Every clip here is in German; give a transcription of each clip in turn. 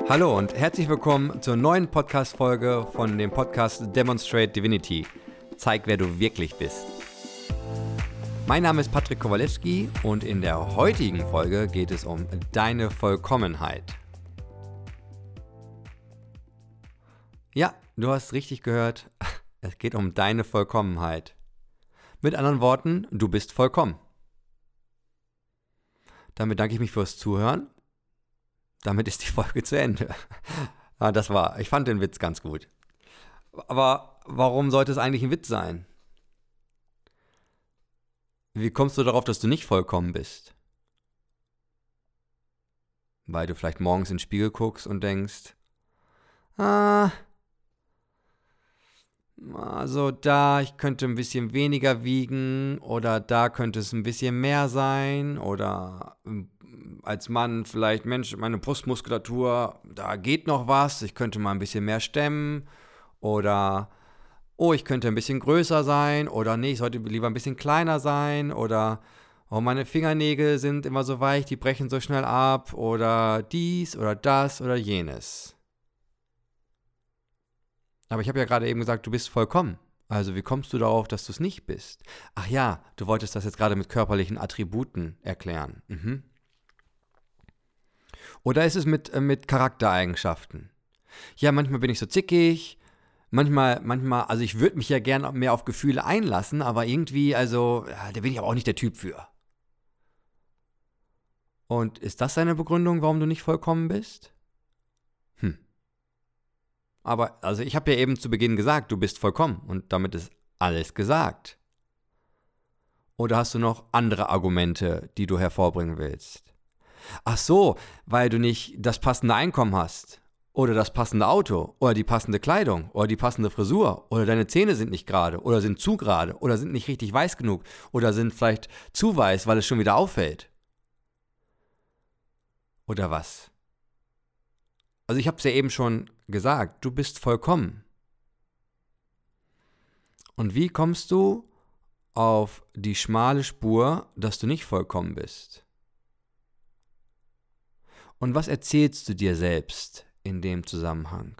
Hallo und herzlich willkommen zur neuen Podcast-Folge von dem Podcast Demonstrate Divinity. Zeig, wer du wirklich bist. Mein Name ist Patrick Kowalewski und in der heutigen Folge geht es um deine Vollkommenheit. Ja, du hast richtig gehört, es geht um deine Vollkommenheit. Mit anderen Worten, du bist vollkommen. Damit danke ich mich fürs Zuhören. Damit ist die Folge zu Ende. Ich fand den Witz ganz gut. Aber warum sollte es eigentlich ein Witz sein? Wie kommst du darauf, dass du nicht vollkommen bist? Weil du vielleicht morgens in den Spiegel guckst und denkst, also ich könnte ein bisschen weniger wiegen oder da könnte es ein bisschen mehr sein oder als Mann vielleicht, Mensch, meine Brustmuskulatur, da geht noch was, ich könnte mal ein bisschen mehr stemmen oder ich könnte ein bisschen größer sein oder nee, ich sollte lieber ein bisschen kleiner sein oder meine Fingernägel sind immer so weich, die brechen so schnell ab oder dies oder das oder jenes. Aber ich habe ja gerade eben gesagt, du bist vollkommen. Also wie kommst du darauf, dass du es nicht bist? Ach ja, du wolltest das jetzt gerade mit körperlichen Attributen erklären. Oder ist es mit Charaktereigenschaften? Ja, manchmal bin ich so zickig, manchmal, also ich würde mich ja gerne mehr auf Gefühle einlassen, aber irgendwie, da bin ich aber auch nicht der Typ für. Und ist das deine Begründung, warum du nicht vollkommen bist? Aber, ich habe ja eben zu Beginn gesagt, du bist vollkommen und damit ist alles gesagt. Oder hast du noch andere Argumente, die du hervorbringen willst? Ach so, weil du nicht das passende Einkommen hast. Oder das passende Auto. Oder die passende Kleidung. Oder die passende Frisur. Oder deine Zähne sind nicht gerade. Oder sind zu gerade. Oder sind nicht richtig weiß genug. Oder sind vielleicht zu weiß, weil es schon wieder auffällt. Oder was? Also ich habe es ja eben schon gesagt, du bist vollkommen. Und wie kommst du auf die schmale Spur, dass du nicht vollkommen bist? Und was erzählst du dir selbst in dem Zusammenhang?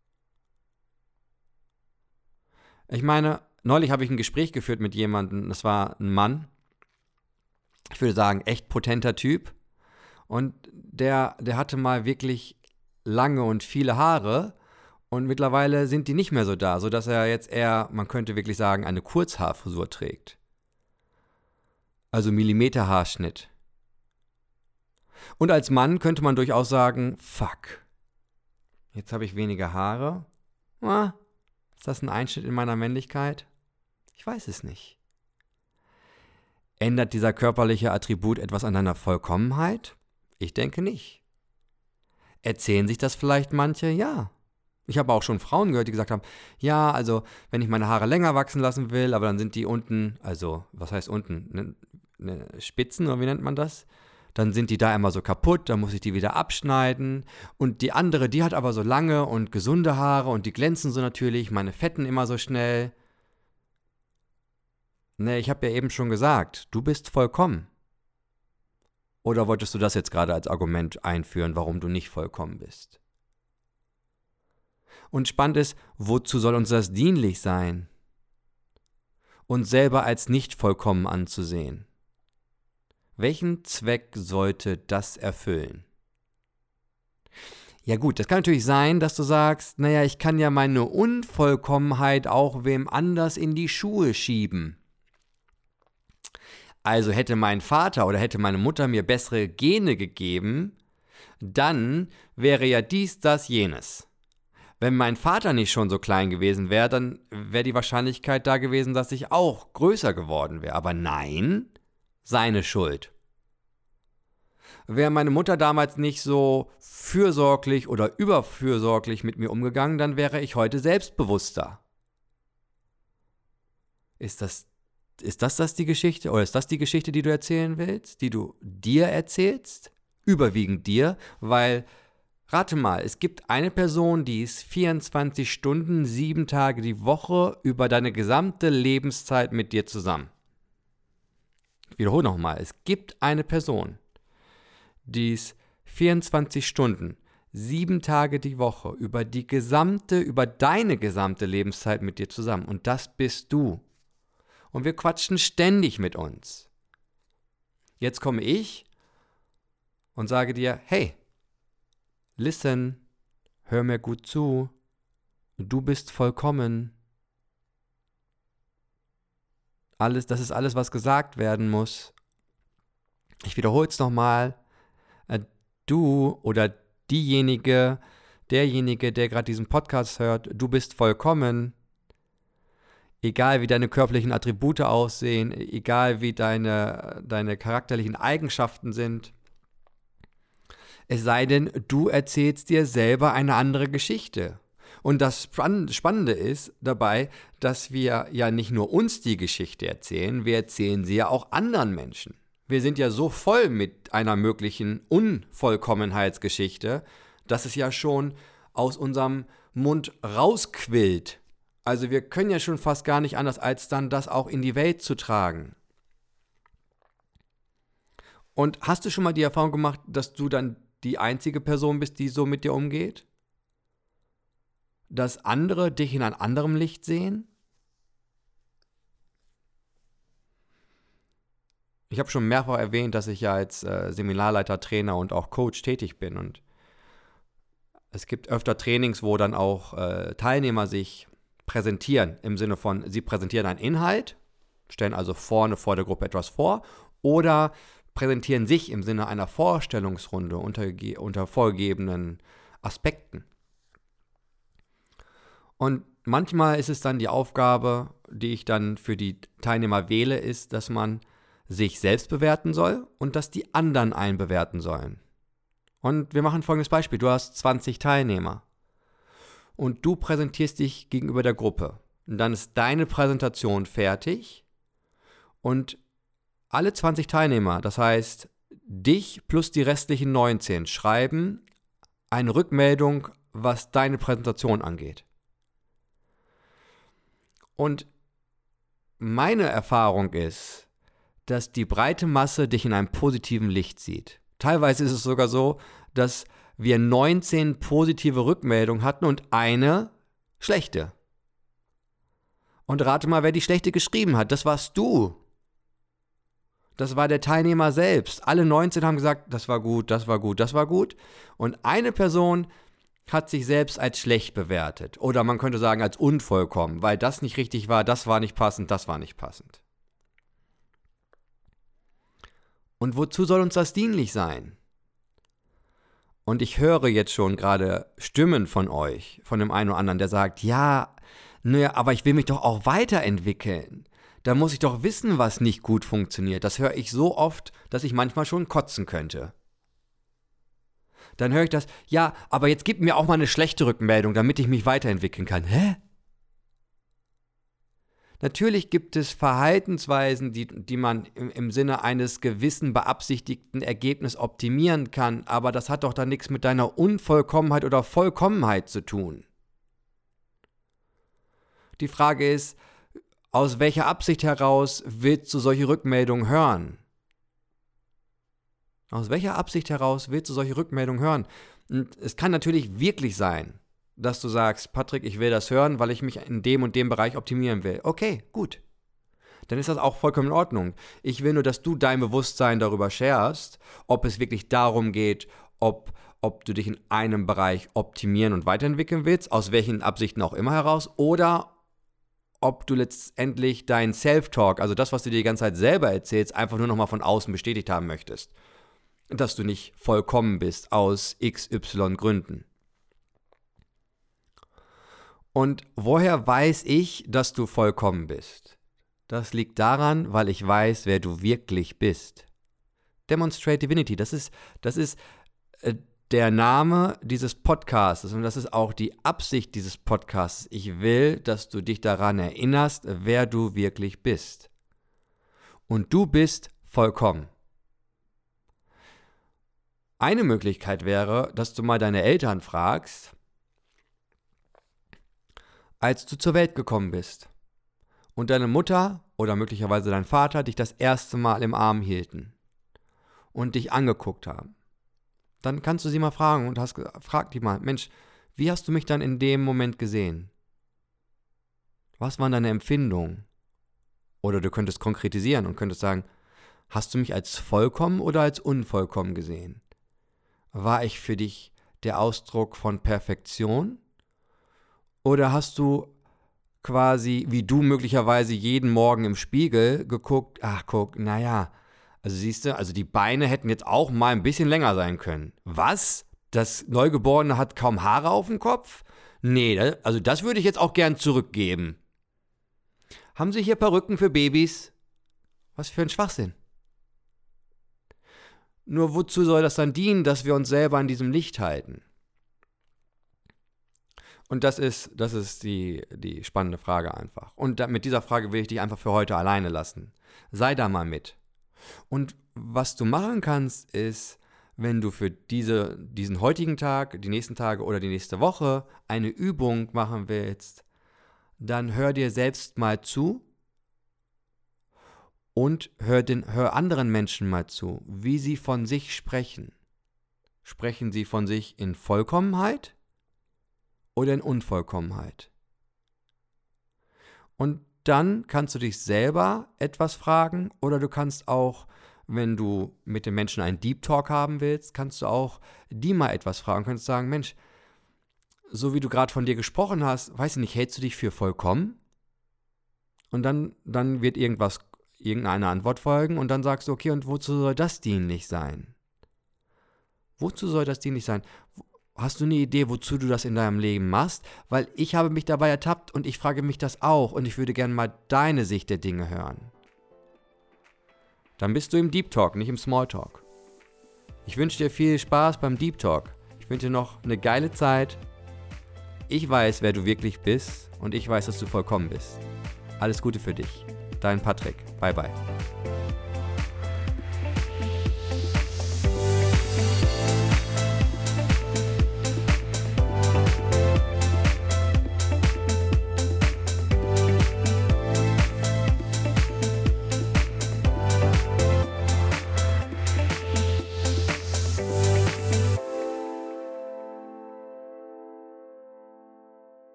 Ich meine, neulich habe ich ein Gespräch geführt mit jemandem, das war ein Mann, ich würde sagen, echt potenter Typ. Und der hatte mal wirklich lange und viele Haare und mittlerweile sind die nicht mehr so da, sodass er jetzt eher, man könnte wirklich sagen, eine Kurzhaarfrisur trägt. Also Millimeterhaarschnitt. Und als Mann könnte man durchaus sagen, fuck, jetzt habe ich weniger Haare. Ist das ein Einschnitt in meiner Männlichkeit? Ich weiß es nicht. Ändert dieser körperliche Attribut etwas an deiner Vollkommenheit? Ich denke nicht. Erzählen sich das vielleicht manche? Ja. Ich habe auch schon Frauen gehört, die gesagt haben, ja, also wenn ich meine Haare länger wachsen lassen will, aber dann sind die unten, also was heißt unten, Spitzen oder wie nennt man das? Dann sind die da immer so kaputt, dann muss ich die wieder abschneiden. Und die andere, die hat aber so lange und gesunde Haare und die glänzen so natürlich, meine fetten immer so schnell. Ne, ich habe ja eben schon gesagt, du bist vollkommen. Oder wolltest du das jetzt gerade als Argument einführen, warum du nicht vollkommen bist? Und spannend ist, wozu soll uns das dienlich sein? Uns selber als nicht vollkommen anzusehen. Welchen Zweck sollte das erfüllen? Ja gut, das kann natürlich sein, dass du sagst, ich kann ja meine Unvollkommenheit auch wem anders in die Schuhe schieben. Also hätte mein Vater oder hätte meine Mutter mir bessere Gene gegeben, dann wäre ja dies, das, jenes. Wenn mein Vater nicht schon so klein gewesen wäre, dann wäre die Wahrscheinlichkeit da gewesen, dass ich auch größer geworden wäre. Aber nein, seine Schuld. Wäre meine Mutter damals nicht so fürsorglich oder überfürsorglich mit mir umgegangen, dann wäre ich heute selbstbewusster. Ist das die Geschichte? Oder ist das die Geschichte, die du erzählen willst? Die du dir erzählst? Überwiegend dir? Weil, rate mal, es gibt eine Person, die ist 24 Stunden, 7 Tage die Woche über deine gesamte Lebenszeit mit dir zusammen. Ich wiederhole nochmal, es gibt eine Person, die ist 24 Stunden, 7 Tage die Woche, über deine gesamte Lebenszeit mit dir zusammen. Und das bist du. Und wir quatschen ständig mit uns. Jetzt komme ich und sage dir, hey, listen, hör mir gut zu, du bist vollkommen. Das ist alles, was gesagt werden muss. Ich wiederhole es nochmal. Du oder derjenige, der gerade diesen Podcast hört, du bist vollkommen. Egal wie deine körperlichen Attribute aussehen, egal wie deine charakterlichen Eigenschaften sind. Es sei denn, du erzählst dir selber eine andere Geschichte. Und das Spannende ist dabei, dass wir ja nicht nur uns die Geschichte erzählen, wir erzählen sie ja auch anderen Menschen. Wir sind ja so voll mit einer möglichen Unvollkommenheitsgeschichte, dass es ja schon aus unserem Mund rausquillt. Also wir können ja schon fast gar nicht anders, als dann das auch in die Welt zu tragen. Und hast du schon mal die Erfahrung gemacht, dass du dann die einzige Person bist, die so mit dir umgeht? Dass andere dich in einem anderen Licht sehen? Ich habe schon mehrfach erwähnt, dass ich ja als Seminarleiter, Trainer und auch Coach tätig bin. Und es gibt öfter Trainings, wo dann auch Teilnehmer sich präsentieren, im Sinne von, sie präsentieren einen Inhalt, stellen also vorne vor der Gruppe etwas vor oder präsentieren sich im Sinne einer Vorstellungsrunde unter vorgegebenen Aspekten. Und manchmal ist es dann die Aufgabe, die ich dann für die Teilnehmer wähle, ist, dass man sich selbst bewerten soll und dass die anderen einen bewerten sollen. Und wir machen folgendes Beispiel. Du hast 20 Teilnehmer und du präsentierst dich gegenüber der Gruppe. Und dann ist deine Präsentation fertig und alle 20 Teilnehmer, das heißt dich plus die restlichen 19, schreiben eine Rückmeldung, was deine Präsentation angeht. Und meine Erfahrung ist, dass die breite Masse dich in einem positiven Licht sieht. Teilweise ist es sogar so, dass wir 19 positive Rückmeldungen hatten und eine schlechte. Und rate mal, wer die schlechte geschrieben hat. Das warst du. Das war der Teilnehmer selbst. Alle 19 haben gesagt, das war gut, das war gut, das war gut. Und eine Person hat sich selbst als schlecht bewertet. Oder man könnte sagen, als unvollkommen, weil das nicht richtig war, das war nicht passend, das war nicht passend. Und wozu soll uns das dienlich sein? Und ich höre jetzt schon gerade Stimmen von euch, von dem einen oder anderen, der sagt, ja, naja, aber ich will mich doch auch weiterentwickeln. Da muss ich doch wissen, was nicht gut funktioniert. Das höre ich so oft, dass ich manchmal schon kotzen könnte. Dann höre ich das, ja, aber jetzt gib mir auch mal eine schlechte Rückmeldung, damit ich mich weiterentwickeln kann. Hä? Natürlich gibt es Verhaltensweisen, die man im Sinne eines gewissen beabsichtigten Ergebnisses optimieren kann, aber das hat doch dann nichts mit deiner Unvollkommenheit oder Vollkommenheit zu tun. Die Frage ist, aus welcher Absicht heraus willst du solche Rückmeldungen hören? Aus welcher Absicht heraus willst du solche Rückmeldungen hören? Und es kann natürlich wirklich sein, dass du sagst, Patrick, ich will das hören, weil ich mich in dem und dem Bereich optimieren will. Okay, gut. Dann ist das auch vollkommen in Ordnung. Ich will nur, dass du dein Bewusstsein darüber sharest, ob es wirklich darum geht, ob du dich in einem Bereich optimieren und weiterentwickeln willst, aus welchen Absichten auch immer heraus, oder ob du letztendlich dein Self-Talk, also das, was du dir die ganze Zeit selber erzählst, einfach nur nochmal von außen bestätigt haben möchtest. Dass du nicht vollkommen bist aus XY Gründen. Und woher weiß ich, dass du vollkommen bist? Das liegt daran, weil ich weiß, wer du wirklich bist. Demonstrate Divinity, das ist der Name dieses Podcasts und das ist auch die Absicht dieses Podcasts. Ich will, dass du dich daran erinnerst, wer du wirklich bist. Und du bist vollkommen. Eine Möglichkeit wäre, dass du mal deine Eltern fragst, als du zur Welt gekommen bist und deine Mutter oder möglicherweise dein Vater dich das erste Mal im Arm hielten und dich angeguckt haben. dann kannst du sie mal fragen und frag die mal, Mensch, wie hast du mich dann in dem Moment gesehen? Was waren deine Empfindungen? Oder du könntest konkretisieren und könntest sagen, hast du mich als vollkommen oder als unvollkommen gesehen? War ich für dich der Ausdruck von Perfektion? Oder hast du quasi, wie du möglicherweise jeden Morgen im Spiegel geguckt, ach guck, naja, also siehst du, also die Beine hätten jetzt auch mal ein bisschen länger sein können. Was? Das Neugeborene hat kaum Haare auf dem Kopf? Nee, also das würde ich jetzt auch gern zurückgeben. Haben Sie hier Perücken für Babys? Was für ein Schwachsinn. Nur wozu soll das dann dienen, dass wir uns selber an diesem Licht halten? Und das ist die spannende Frage einfach. Und mit dieser Frage will ich dich einfach für heute alleine lassen. Sei da mal mit. Und was du machen kannst, ist, wenn du für diesen heutigen Tag, die nächsten Tage oder die nächste Woche eine Übung machen willst, dann hör dir selbst mal zu und hör anderen Menschen mal zu, wie sie von sich sprechen. Sprechen sie von sich in Vollkommenheit oder in Unvollkommenheit? Und dann kannst du dich selber etwas fragen oder du kannst auch, wenn du mit den Menschen einen Deep Talk haben willst, kannst du auch die mal etwas fragen. Du kannst sagen, Mensch, so wie du gerade von dir gesprochen hast, weiß ich nicht, hältst du dich für vollkommen? Und dann wird irgendeine Antwort folgen und dann sagst du, okay, und wozu soll das dienlich sein? Wozu soll das dienlich sein? Hast du eine Idee, wozu du das in deinem Leben machst? Weil ich habe mich dabei ertappt und ich frage mich das auch und ich würde gerne mal deine Sicht der Dinge hören. Dann bist du im Deep Talk, nicht im Small Talk. Ich wünsche dir viel Spaß beim Deep Talk. Ich wünsche dir noch eine geile Zeit. Ich weiß, wer du wirklich bist und ich weiß, dass du vollkommen bist. Alles Gute für dich. Dein Patrick. Bye, bye.